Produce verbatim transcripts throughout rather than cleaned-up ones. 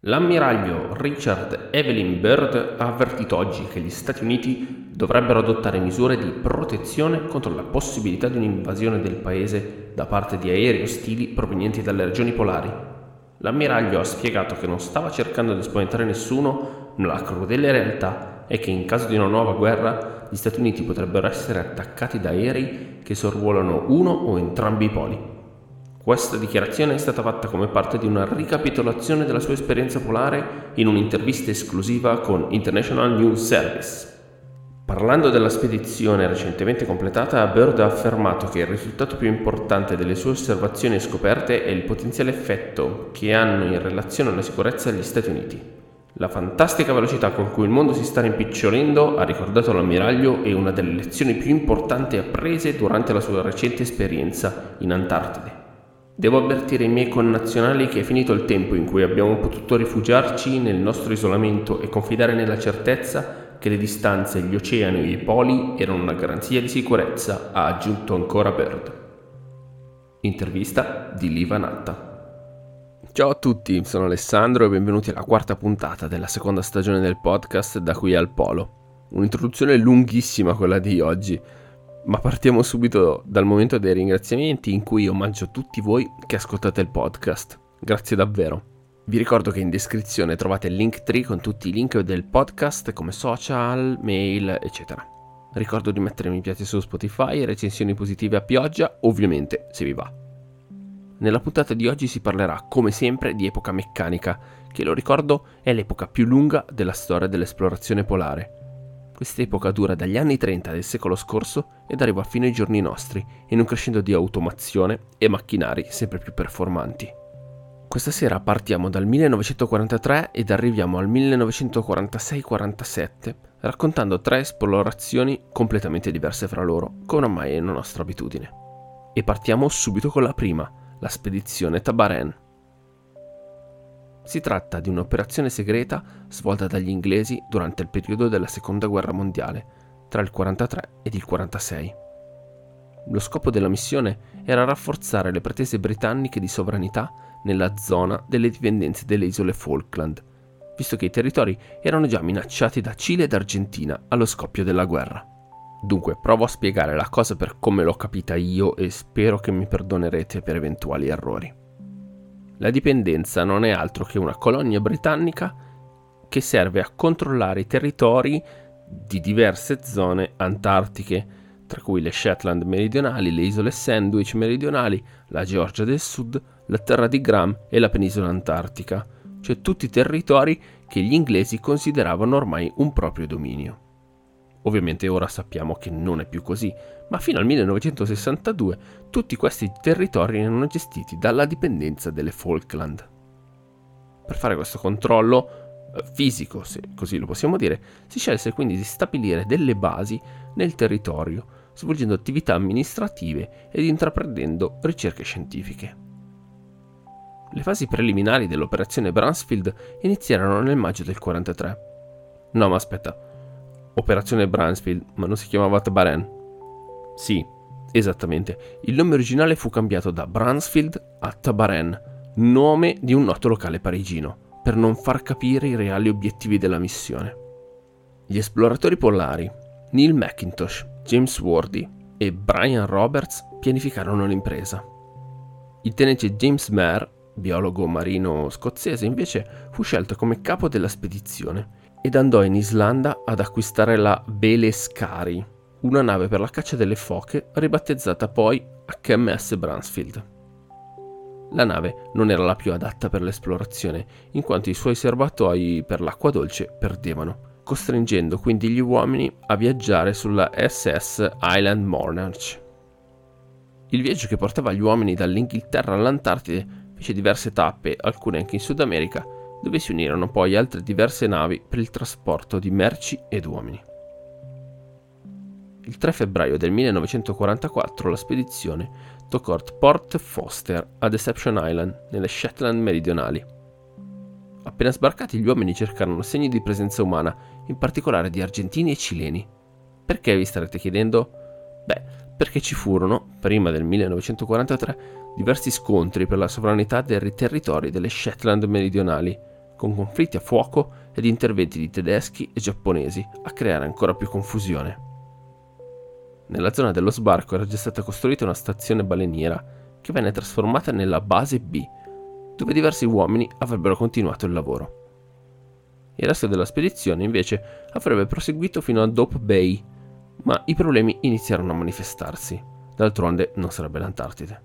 L'ammiraglio Richard Evelyn Byrd ha avvertito oggi che gli Stati Uniti dovrebbero adottare misure di protezione contro la possibilità di un'invasione del paese da parte di aerei ostili provenienti dalle regioni polari. L'ammiraglio ha spiegato che non stava cercando di spaventare nessuno, ma la crudele realtà è che in caso di una nuova guerra gli Stati Uniti potrebbero essere attaccati da aerei che sorvolano uno o entrambi i poli. Questa dichiarazione è stata fatta come parte di una ricapitolazione della sua esperienza polare in un'intervista esclusiva con International News Service. Parlando della spedizione recentemente completata, Byrd ha affermato che il risultato più importante delle sue osservazioni e scoperte è il potenziale effetto che hanno in relazione alla sicurezza degli Stati Uniti. La fantastica velocità con cui il mondo si sta rimpicciolendo, ha ricordato l'ammiraglio, è una delle lezioni più importanti apprese durante la sua recente esperienza in Antartide. Devo avvertire i miei connazionali che è finito il tempo in cui abbiamo potuto rifugiarci nel nostro isolamento e confidare nella certezza che le distanze, gli oceani e i poli erano una garanzia di sicurezza, ha aggiunto ancora Byrd. Intervista di Liva Natta. Ciao a tutti, sono Alessandro e benvenuti alla quarta puntata della seconda stagione del podcast Da qui al Polo. Un'introduzione lunghissima quella di oggi, ma partiamo subito dal momento dei ringraziamenti in cui omaggio tutti voi che ascoltate il podcast. Grazie davvero. Vi ricordo che in descrizione trovate il Linktree con tutti i link del podcast come social, mail, eccetera. Ricordo di mettere mi piace su Spotify e recensioni positive a pioggia, ovviamente se vi va. Nella puntata di oggi si parlerà come sempre di epoca meccanica, che lo ricordo è l'epoca più lunga della storia dell'esplorazione polare. Quest'epoca dura dagli anni trenta del secolo scorso ed arriva fino ai giorni nostri, in un crescendo di automazione e macchinari sempre più performanti. Questa sera partiamo dal millenovecentoquarantatré ed arriviamo al millenovecentoquarantasei quarantasette, raccontando tre esplorazioni completamente diverse fra loro, come ormai è una nostra abitudine. E partiamo subito con la prima, la spedizione Tabarin. Si tratta di un'operazione segreta svolta dagli inglesi durante il periodo della Seconda Guerra Mondiale, tra il quarantatré ed il quarantasei. Lo scopo della missione era rafforzare le pretese britanniche di sovranità nella zona delle dipendenze delle isole Falkland, visto che i territori erano già minacciati da Cile ed Argentina allo scoppio della guerra. Dunque provo a spiegare la cosa per come l'ho capita io e spero che mi perdonerete per eventuali errori. La dipendenza non è altro che una colonia britannica che serve a controllare i territori di diverse zone antartiche, tra cui le Shetland meridionali, le isole Sandwich meridionali, la Georgia del Sud, la terra di Gram e la penisola antartica, cioè tutti territori che gli inglesi consideravano ormai un proprio dominio. Ovviamente ora sappiamo che non è più così, ma fino al millenovecentosessantadue tutti questi territori erano gestiti dalla dipendenza delle Falkland. Per fare questo controllo eh, fisico, se così lo possiamo dire, si scelse quindi di stabilire delle basi nel territorio, svolgendo attività amministrative ed intraprendendo ricerche scientifiche. Le fasi preliminari dell'operazione Bransfield iniziarono nel maggio del quarantatré. No, ma aspetta. Operazione Bransfield, ma non si chiamava Tabarin? Sì, esattamente. Il nome originale fu cambiato da Bransfield a Tabarin, nome di un noto locale parigino, per non far capire i reali obiettivi della missione. Gli esploratori polari, Neil McIntosh, James Worthy e Brian Roberts pianificarono l'impresa. Il tenente James Mair, biologo marino scozzese, invece fu scelto come capo della spedizione ed andò in Islanda ad acquistare la Beleskari, una nave per la caccia delle foche ribattezzata poi H M S Bransfield. La nave non era la più adatta per l'esplorazione, in quanto i suoi serbatoi per l'acqua dolce perdevano, costringendo quindi gli uomini a viaggiare sulla S S Island Monarch. Il viaggio che portava gli uomini dall'Inghilterra all'Antartide fece diverse tappe, alcune anche in Sud America, dove si unirono poi altre diverse navi per il trasporto di merci ed uomini. Il tre febbraio del millenovecentoquarantaquattro la spedizione toccò Port Foster a Deception Island, nelle Shetland meridionali. Appena sbarcati gli uomini cercarono segni di presenza umana, in particolare di argentini e cileni. Perché, vi starete chiedendo? Beh, perché ci furono, prima del millenovecentoquarantatré, diversi scontri per la sovranità dei territori delle Shetland meridionali, con conflitti a fuoco ed interventi di tedeschi e giapponesi a creare ancora più confusione. Nella zona dello sbarco era già stata costruita una stazione baleniera che venne trasformata nella base B, dove diversi uomini avrebbero continuato il lavoro. Il resto della spedizione invece avrebbe proseguito fino a Hope Bay, ma i problemi iniziarono a manifestarsi. D'altronde non sarebbe l'Antartide.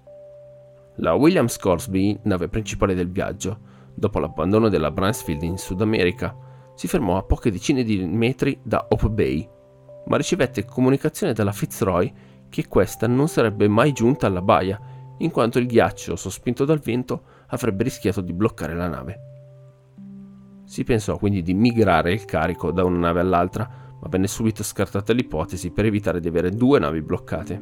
La William Scoresby, nave principale del viaggio, dopo l'abbandono della Bransfield in Sud America, si fermò a poche decine di metri da Hope Bay, ma ricevette comunicazione dalla Fitzroy che questa non sarebbe mai giunta alla baia, in quanto il ghiaccio, sospinto dal vento, avrebbe rischiato di bloccare la nave. Si pensò quindi di migrare il carico da una nave all'altra, ma venne subito scartata l'ipotesi per evitare di avere due navi bloccate.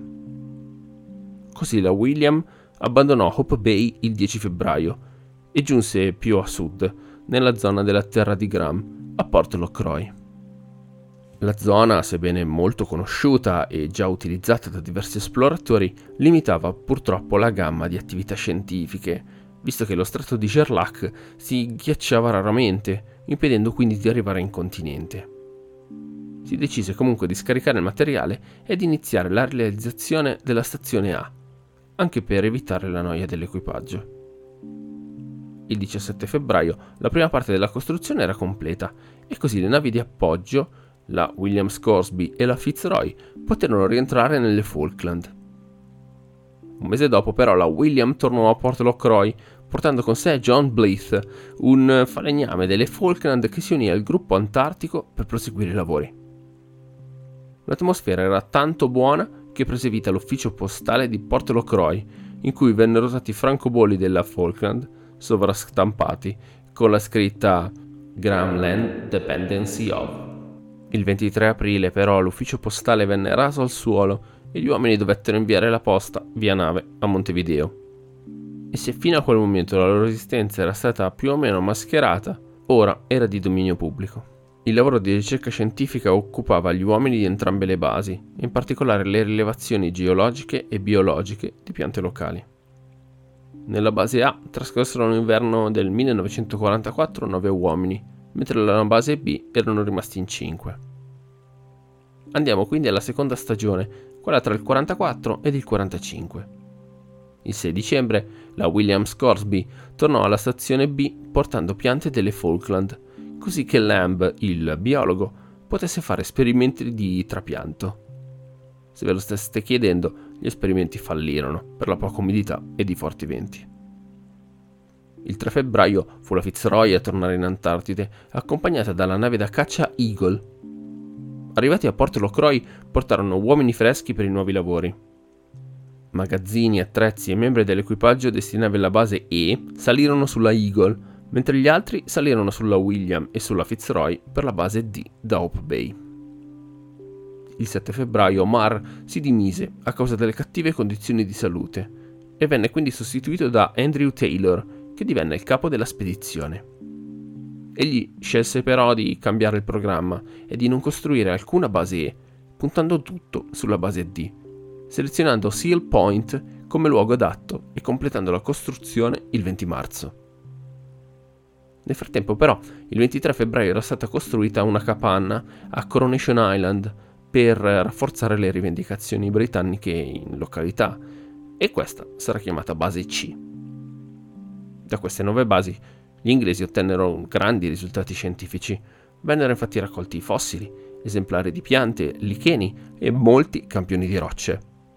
Così la William abbandonò Hope Bay il dieci febbraio e giunse più a sud, nella zona della terra di Graham, a Port Lockroy. La zona, sebbene molto conosciuta e già utilizzata da diversi esploratori, limitava purtroppo la gamma di attività scientifiche, visto che lo stretto di Gerlach si ghiacciava raramente, impedendo quindi di arrivare in continente. Si decise comunque di scaricare il materiale ed iniziare la realizzazione della stazione A, anche per evitare la noia dell'equipaggio. Il diciassette febbraio la prima parte della costruzione era completa e così le navi di appoggio, la William Scoresby e la Fitzroy, poterono rientrare nelle Falkland. Un mese dopo però la William tornò a Port Lockroy portando con sé John Blyth, un falegname delle Falkland che si unì al gruppo antartico per proseguire i lavori. L'atmosfera era tanto buona che prese vita l'ufficio postale di Port Lockroy, in cui vennero usati francobolli della Falkland sovrastampati con la scritta Graham Land Dependency of. Il ventitré aprile però l'ufficio postale venne raso al suolo e gli uomini dovettero inviare la posta via nave a Montevideo. E se fino a quel momento la loro esistenza era stata più o meno mascherata, ora era di dominio pubblico. Il lavoro di ricerca scientifica occupava gli uomini di entrambe le basi, in particolare le rilevazioni geologiche e biologiche di piante locali. Nella base A trascorsero l'inverno del millenovecentoquarantaquattro nove uomini, mentre nella base B erano rimasti in cinque. Andiamo quindi alla seconda stagione, quella tra il quarantaquattro ed il quarantacinque. Il sei dicembre la William Scoresby tornò alla stazione B portando piante delle Falkland, così che Lamb, il biologo, potesse fare esperimenti di trapianto. Se ve lo steste chiedendo, gli esperimenti fallirono per la poca umidità e i forti venti. Il tre febbraio fu la Fitzroy a tornare in Antartide, accompagnata dalla nave da caccia Eagle. Arrivati a Port Lockroy portarono uomini freschi per i nuovi lavori. Magazzini, attrezzi e membri dell'equipaggio destinati alla base E salirono sulla Eagle, mentre gli altri salirono sulla William e sulla Fitzroy per la base D da Hope Bay. Il sette febbraio Marr si dimise a causa delle cattive condizioni di salute e venne quindi sostituito da Andrew Taylor, che divenne il capo della spedizione. Egli scelse però di cambiare il programma e di non costruire alcuna base E, puntando tutto sulla base D, selezionando Seal Point come luogo adatto e completando la costruzione il venti marzo. Nel frattempo però, il ventitré febbraio era stata costruita una capanna a Coronation Island per rafforzare le rivendicazioni britanniche in località, e questa sarà chiamata base C. Da queste nuove basi gli inglesi ottennero grandi risultati scientifici. Vennero infatti raccolti fossili, esemplari di piante, licheni e molti campioni di rocce.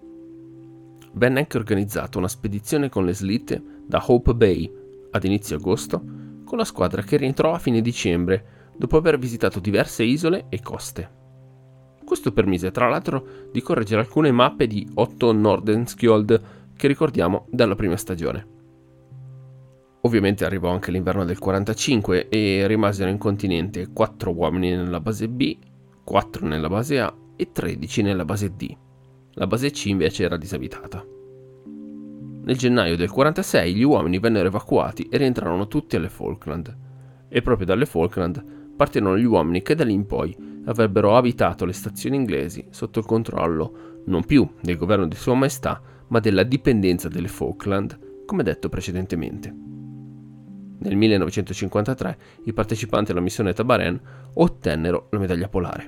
Venne anche organizzata una spedizione con le slitte da Hope Bay ad inizio agosto, con la squadra che rientrò a fine dicembre dopo aver visitato diverse isole e coste. Questo permise tra l'altro di correggere alcune mappe di Otto Nordenskjöld che ricordiamo dalla prima stagione. Ovviamente arrivò anche l'inverno del quarantacinque e rimasero in continente quattro uomini nella base B, quattro nella base A e tredici nella base D. La base C invece era disabitata. Nel gennaio del quarantasei gli uomini vennero evacuati e rientrarono tutti alle Falkland. E proprio dalle Falkland partirono gli uomini che da lì in poi avrebbero abitato le stazioni inglesi sotto il controllo non più del governo di Sua Maestà, ma della dipendenza delle Falkland, come detto precedentemente. Nel millenovecentocinquantatré i partecipanti alla missione Tabarin ottennero la medaglia polare.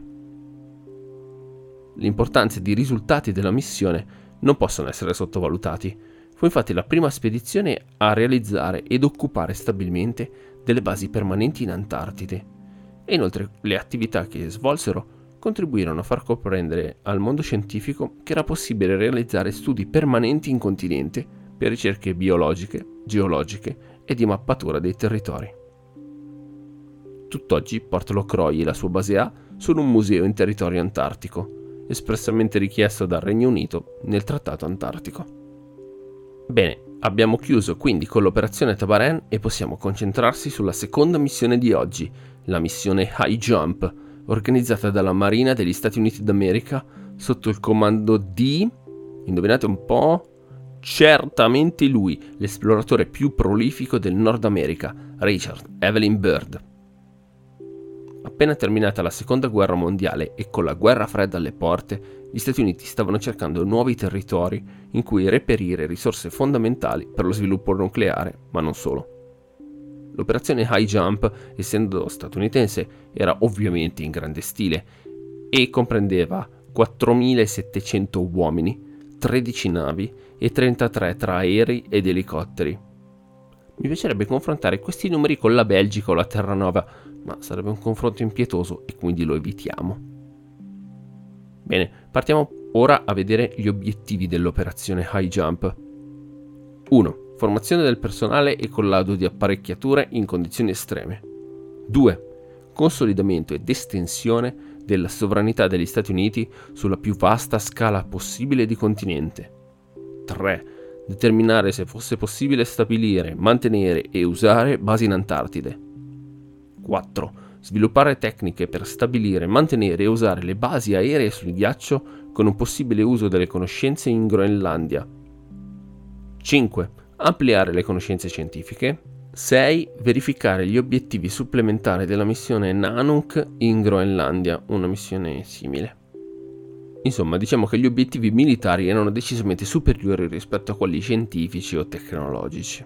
L'importanza di risultati della missione non possono essere sottovalutati. Fu infatti la prima spedizione a realizzare ed occupare stabilmente delle basi permanenti in Antartide, e inoltre le attività che svolsero contribuirono a far comprendere al mondo scientifico che era possibile realizzare studi permanenti in continente per ricerche biologiche, geologiche e di mappatura dei territori. Tutt'oggi Port Locroix e la sua base A sono un museo in territorio antartico, espressamente richiesto dal Regno Unito nel Trattato Antartico. Bene, abbiamo chiuso quindi con l'operazione Tabarin e possiamo concentrarsi sulla seconda missione di oggi, la missione High Jump, organizzata dalla Marina degli Stati Uniti d'America sotto il comando di, indovinate un po', certamente lui, l'esploratore più prolifico del Nord America, Richard Evelyn Byrd. Appena terminata la seconda guerra mondiale e con la guerra fredda alle porte, gli Stati Uniti stavano cercando nuovi territori in cui reperire risorse fondamentali per lo sviluppo nucleare, ma non solo. L'operazione High Jump, essendo statunitense, era ovviamente in grande stile e comprendeva quattromilasettecento uomini, tredici navi e trentatré tra aerei ed elicotteri. Mi piacerebbe confrontare questi numeri con la Belgica o la Terranova, ma sarebbe un confronto impietoso e quindi lo evitiamo. Bene, partiamo ora a vedere gli obiettivi dell'operazione High Jump. uno. Formazione del personale e collaudo di apparecchiature in condizioni estreme. due. Consolidamento ed estensione della sovranità degli Stati Uniti sulla più vasta scala possibile di continente. tre. Determinare se fosse possibile stabilire, mantenere e usare basi in Antartide. quattro. Sviluppare tecniche per stabilire, mantenere e usare le basi aeree sul ghiaccio con un possibile uso delle conoscenze in Groenlandia. cinque. Ampliare le conoscenze scientifiche. sei. Verificare gli obiettivi supplementari della missione Nanook in Groenlandia, una missione simile. Insomma, diciamo che gli obiettivi militari erano decisamente superiori rispetto a quelli scientifici o tecnologici.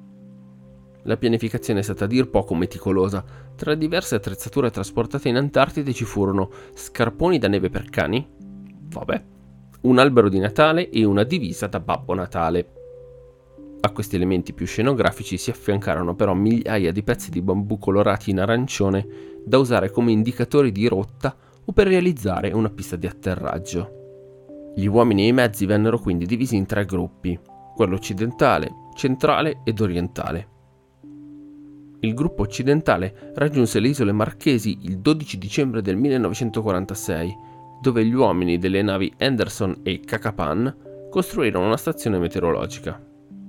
La pianificazione è stata a dir poco meticolosa. Tra le diverse attrezzature trasportate in Antartide ci furono scarponi da neve per cani, vabbè, un albero di Natale e una divisa da Babbo Natale. A questi elementi più scenografici si affiancarono però migliaia di pezzi di bambù colorati in arancione da usare come indicatori di rotta o per realizzare una pista di atterraggio. Gli uomini e i mezzi vennero quindi divisi in tre gruppi, quello occidentale, centrale ed orientale. Il gruppo occidentale raggiunse le isole Marchesi il dodici dicembre del millenovecentoquarantasei, dove gli uomini delle navi Henderson e Cacapon costruirono una stazione meteorologica.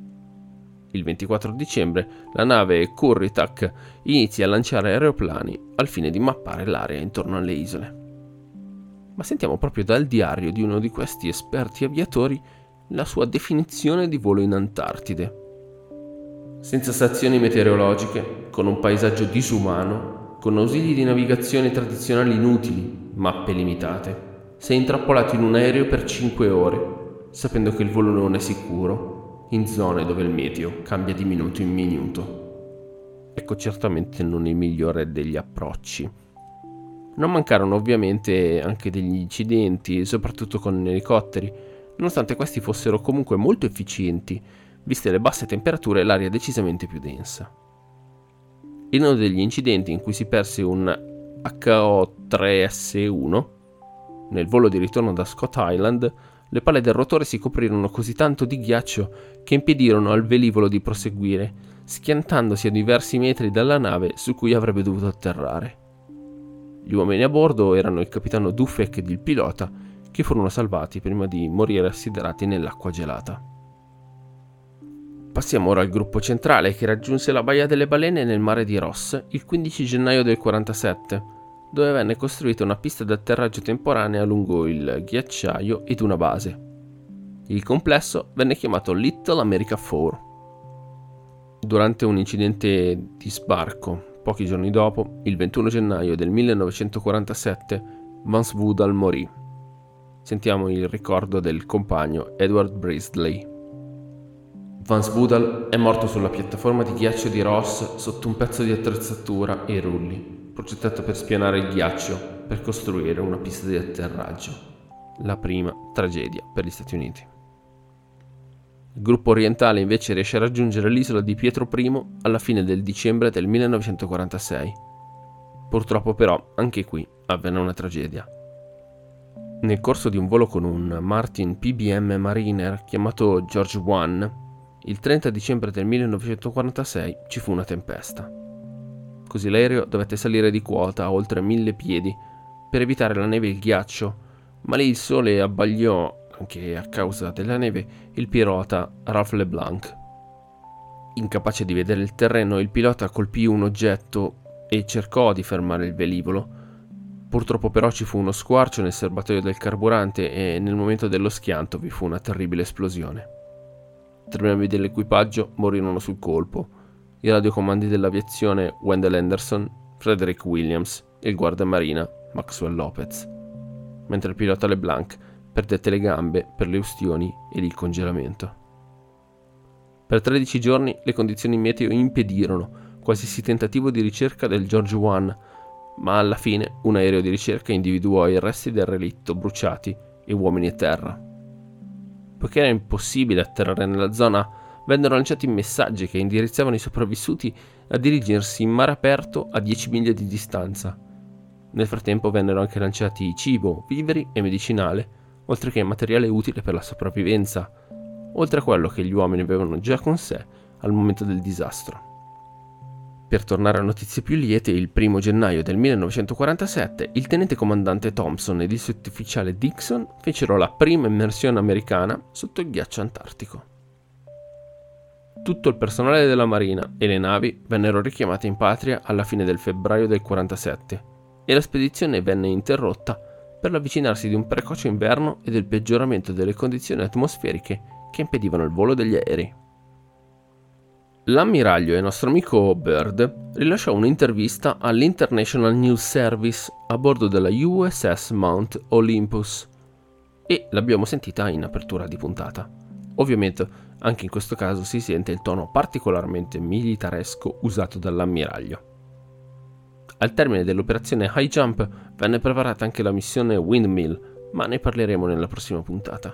Il ventiquattro dicembre la nave Currituck inizia a lanciare aeroplani al fine di mappare l'area intorno alle isole. Ma sentiamo proprio dal diario di uno di questi esperti aviatori la sua definizione di volo in Antartide. Senza stazioni meteorologiche, con un paesaggio disumano, con ausili di navigazione tradizionali inutili, mappe limitate, sei intrappolato in un aereo per cinque ore, sapendo che il volo non è sicuro, in zone dove il meteo cambia di minuto in minuto. Ecco, certamente non il migliore degli approcci. Non mancarono ovviamente anche degli incidenti, soprattutto con elicotteri, nonostante questi fossero comunque molto efficienti, viste le basse temperature e l'aria decisamente più densa. In uno degli incidenti in cui si perse un acca o tre esse uno, nel volo di ritorno da Scott Island, le pale del rotore si coprirono così tanto di ghiaccio che impedirono al velivolo di proseguire, schiantandosi a diversi metri dalla nave su cui avrebbe dovuto atterrare. Gli uomini a bordo erano il capitano Dufek ed il pilota, che furono salvati prima di morire assiderati nell'acqua gelata. Passiamo ora al gruppo centrale, che raggiunse la Baia delle Balene nel mare di Ross il quindici gennaio del quarantasette, dove venne costruita una pista d'atterraggio temporanea lungo il ghiacciaio ed una base. Il complesso venne chiamato Little America quattro. Durante un incidente di sbarco, pochi giorni dopo, il ventuno gennaio del millenovecentoquarantasette, Vance Woodall morì. Sentiamo il ricordo del compagno Edward Brisley. Van Sboodle è morto sulla piattaforma di ghiaccio di Ross sotto un pezzo di attrezzatura e rulli, progettato per spianare il ghiaccio per costruire una pista di atterraggio. La prima tragedia per gli Stati Uniti. Il gruppo orientale invece riesce a raggiungere l'isola di Pietro Primo alla fine del dicembre del millenovecentoquarantasei. Purtroppo però anche qui avvenne una tragedia. Nel corso di un volo con un Martin P B M Mariner chiamato George One, il trenta dicembre del millenovecentoquarantasei ci fu una tempesta. Così l'aereo dovette salire di quota a oltre mille piedi per evitare la neve e il ghiaccio, ma lì il sole abbagliò, anche a causa della neve, il pilota Ralph LeBlanc. Incapace di vedere il terreno, il pilota colpì un oggetto e cercò di fermare il velivolo. Purtroppo però ci fu uno squarcio nel serbatoio del carburante e nel momento dello schianto vi fu una terribile esplosione. Tre membri dell'equipaggio morirono sul colpo: i radiocomandi dell'aviazione Wendell Anderson, Frederick Williams e il guardamarina Maxwell Lopez, mentre il pilota LeBlanc perdette le gambe per le ustioni ed il congelamento. Per tredici giorni le condizioni meteo impedirono qualsiasi tentativo di ricerca del George One, ma alla fine un aereo di ricerca individuò i resti del relitto bruciati e uomini a terra. Poiché era impossibile atterrare nella zona, vennero lanciati messaggi che indirizzavano i sopravvissuti a dirigersi in mare aperto a dieci miglia di distanza. Nel frattempo vennero anche lanciati cibo, viveri e medicinale, oltre che materiale utile per la sopravvivenza, oltre a quello che gli uomini avevano già con sé al momento del disastro. Per tornare a notizie più liete, il primo gennaio del millenovecentoquarantasette il tenente comandante Thompson ed il sottufficiale Dixon fecero la prima immersione americana sotto il ghiaccio antartico. Tutto il personale della Marina e le navi vennero richiamate in patria alla fine del febbraio del quarantasette e la spedizione venne interrotta per l'avvicinarsi di un precoce inverno e del peggioramento delle condizioni atmosferiche che impedivano il volo degli aerei. L'ammiraglio e nostro amico Byrd rilasciò un'intervista all'International News Service a bordo della U S S Mount Olympus e l'abbiamo sentita in apertura di puntata. Ovviamente anche in questo caso si sente il tono particolarmente militaresco usato dall'ammiraglio. Al termine dell'operazione High Jump venne preparata anche la missione Windmill, ma ne parleremo nella prossima puntata.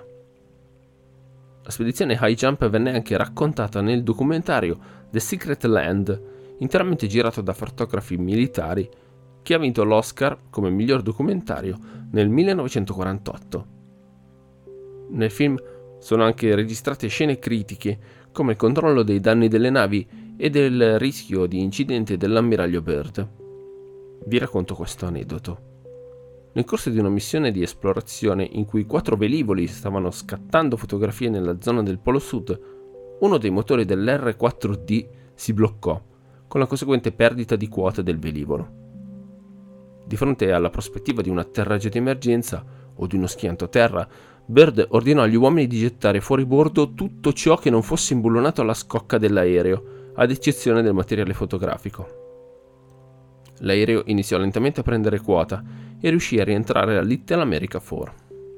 La spedizione High Jump venne anche raccontata nel documentario The Secret Land, interamente girato da fotografi militari, che ha vinto l'Oscar come miglior documentario nel millenovecentoquarantotto. Nel film sono anche registrate scene critiche, come il controllo dei danni delle navi e del rischio di incidente dell'ammiraglio Byrd. Vi racconto questo aneddoto. Nel corso di una missione di esplorazione in cui quattro velivoli stavano scattando fotografie nella zona del Polo Sud, uno dei motori dell'erre quattro D si bloccò, con la conseguente perdita di quota del velivolo. Di fronte alla prospettiva di un atterraggio di emergenza o di uno schianto a terra, Byrd ordinò agli uomini di gettare fuori bordo tutto ciò che non fosse imbullonato alla scocca dell'aereo, ad eccezione del materiale fotografico. L'aereo iniziò lentamente a prendere quota e riuscì a rientrare a Little America quattro.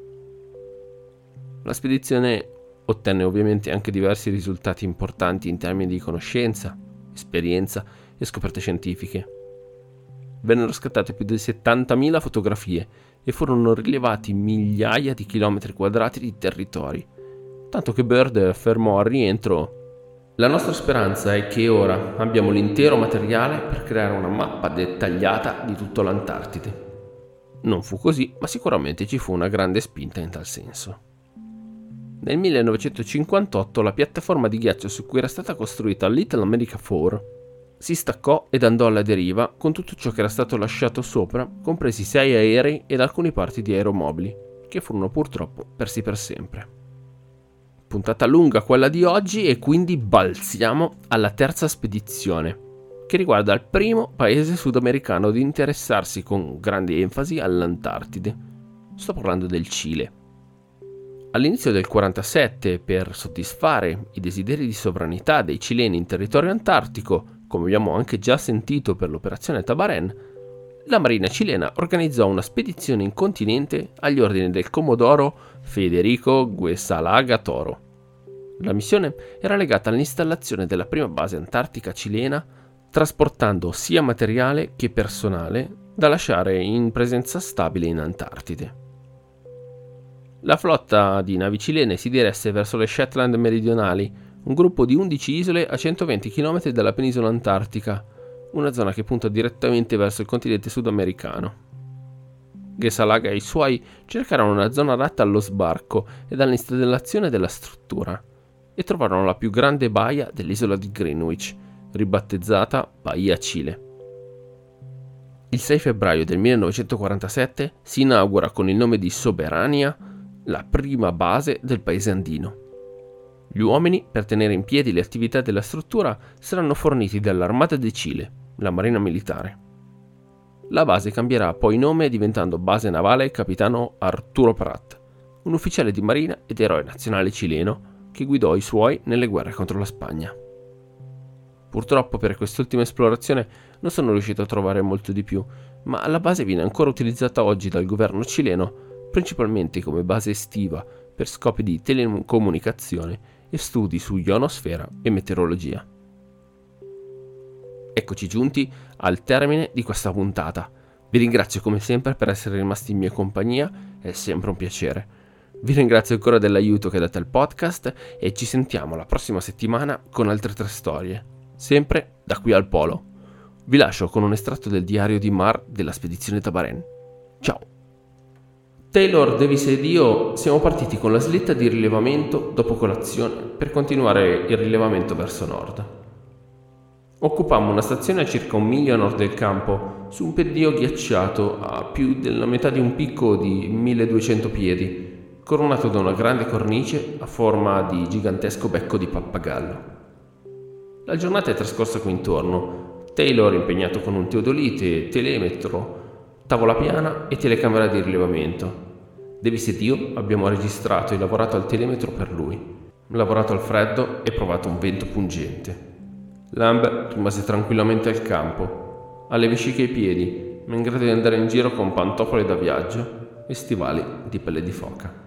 La spedizione ottenne ovviamente anche diversi risultati importanti in termini di conoscenza, esperienza e scoperte scientifiche. Vennero scattate più di settantamila fotografie e furono rilevati migliaia di chilometri quadrati di territori, tanto che Byrd affermò al rientro: «La nostra speranza è che ora abbiamo l'intero materiale per creare una mappa dettagliata di tutta l'Antartide». Non fu così, ma sicuramente ci fu una grande spinta in tal senso. Nel millenovecentocinquantotto la piattaforma di ghiaccio su cui era stata costruita Little America quattro si staccò ed andò alla deriva con tutto ciò che era stato lasciato sopra, compresi sei aerei ed alcune parti di aeromobili, che furono purtroppo persi per sempre. Puntata lunga quella di oggi e quindi balziamo alla terza spedizione, che riguarda il primo paese sudamericano ad interessarsi con grande enfasi all'Antartide. Sto parlando del Cile. All'inizio del quarantasette, per soddisfare i desideri di sovranità dei cileni in territorio antartico, come abbiamo anche già sentito per l'operazione Tabarén, la marina cilena organizzò una spedizione in continente agli ordini del commodoro Federico Guesalaga Toro. La missione era legata all'installazione della prima base antartica cilena, trasportando sia materiale che personale da lasciare in presenza stabile in Antartide. La flotta di navi cilene si diresse verso le Shetland meridionali, un gruppo di undici isole a centoventi chilometri dalla penisola antartica, una zona che punta direttamente verso il continente sudamericano. Gesalaga e i suoi cercarono una zona adatta allo sbarco ed all'installazione della struttura e trovarono la più grande baia dell'isola di Greenwich, ribattezzata Bahia Cile. Il sei febbraio del millenovecentoquarantasette si inaugura con il nome di Soberania la prima base del paese andino. Gli uomini, per tenere in piedi le attività della struttura, saranno forniti dall'Armata de Cile, la marina militare. La base cambierà poi nome diventando Base Navale Capitano Arturo Prat, un ufficiale di marina ed eroe nazionale cileno che guidò i suoi nelle guerre contro la Spagna. Purtroppo per quest'ultima esplorazione non sono riuscito a trovare molto di più, ma la base viene ancora utilizzata oggi dal governo cileno principalmente come base estiva per scopi di telecomunicazione e studi su ionosfera e meteorologia. Eccoci giunti al termine di questa puntata. Vi ringrazio come sempre per essere rimasti in mia compagnia, è sempre un piacere. Vi ringrazio ancora dell'aiuto che date al podcast e ci sentiamo la prossima settimana con altre tre storie, sempre da qui al Polo. Vi lascio con un estratto del diario di Mar della spedizione Tabarin. Ciao! Taylor, Davis ed io siamo partiti con la slitta di rilevamento dopo colazione per continuare il rilevamento verso nord. Occupammo una stazione a circa un miglio a nord del campo, su un pendio ghiacciato a più della metà di un picco di milleduecento piedi, coronato da una grande cornice a forma di gigantesco becco di pappagallo. La giornata è trascorsa qui intorno, Taylor impegnato con un teodolite, telemetro, tavola piana e telecamera di rilevamento. Davis ed io abbiamo registrato e lavorato al telemetro per lui, lavorato al freddo e provato un vento pungente. Lamb rimase tranquillamente al campo, alle vesciche ai piedi, ma in grado di andare in giro con pantofole da viaggio e stivali di pelle di foca.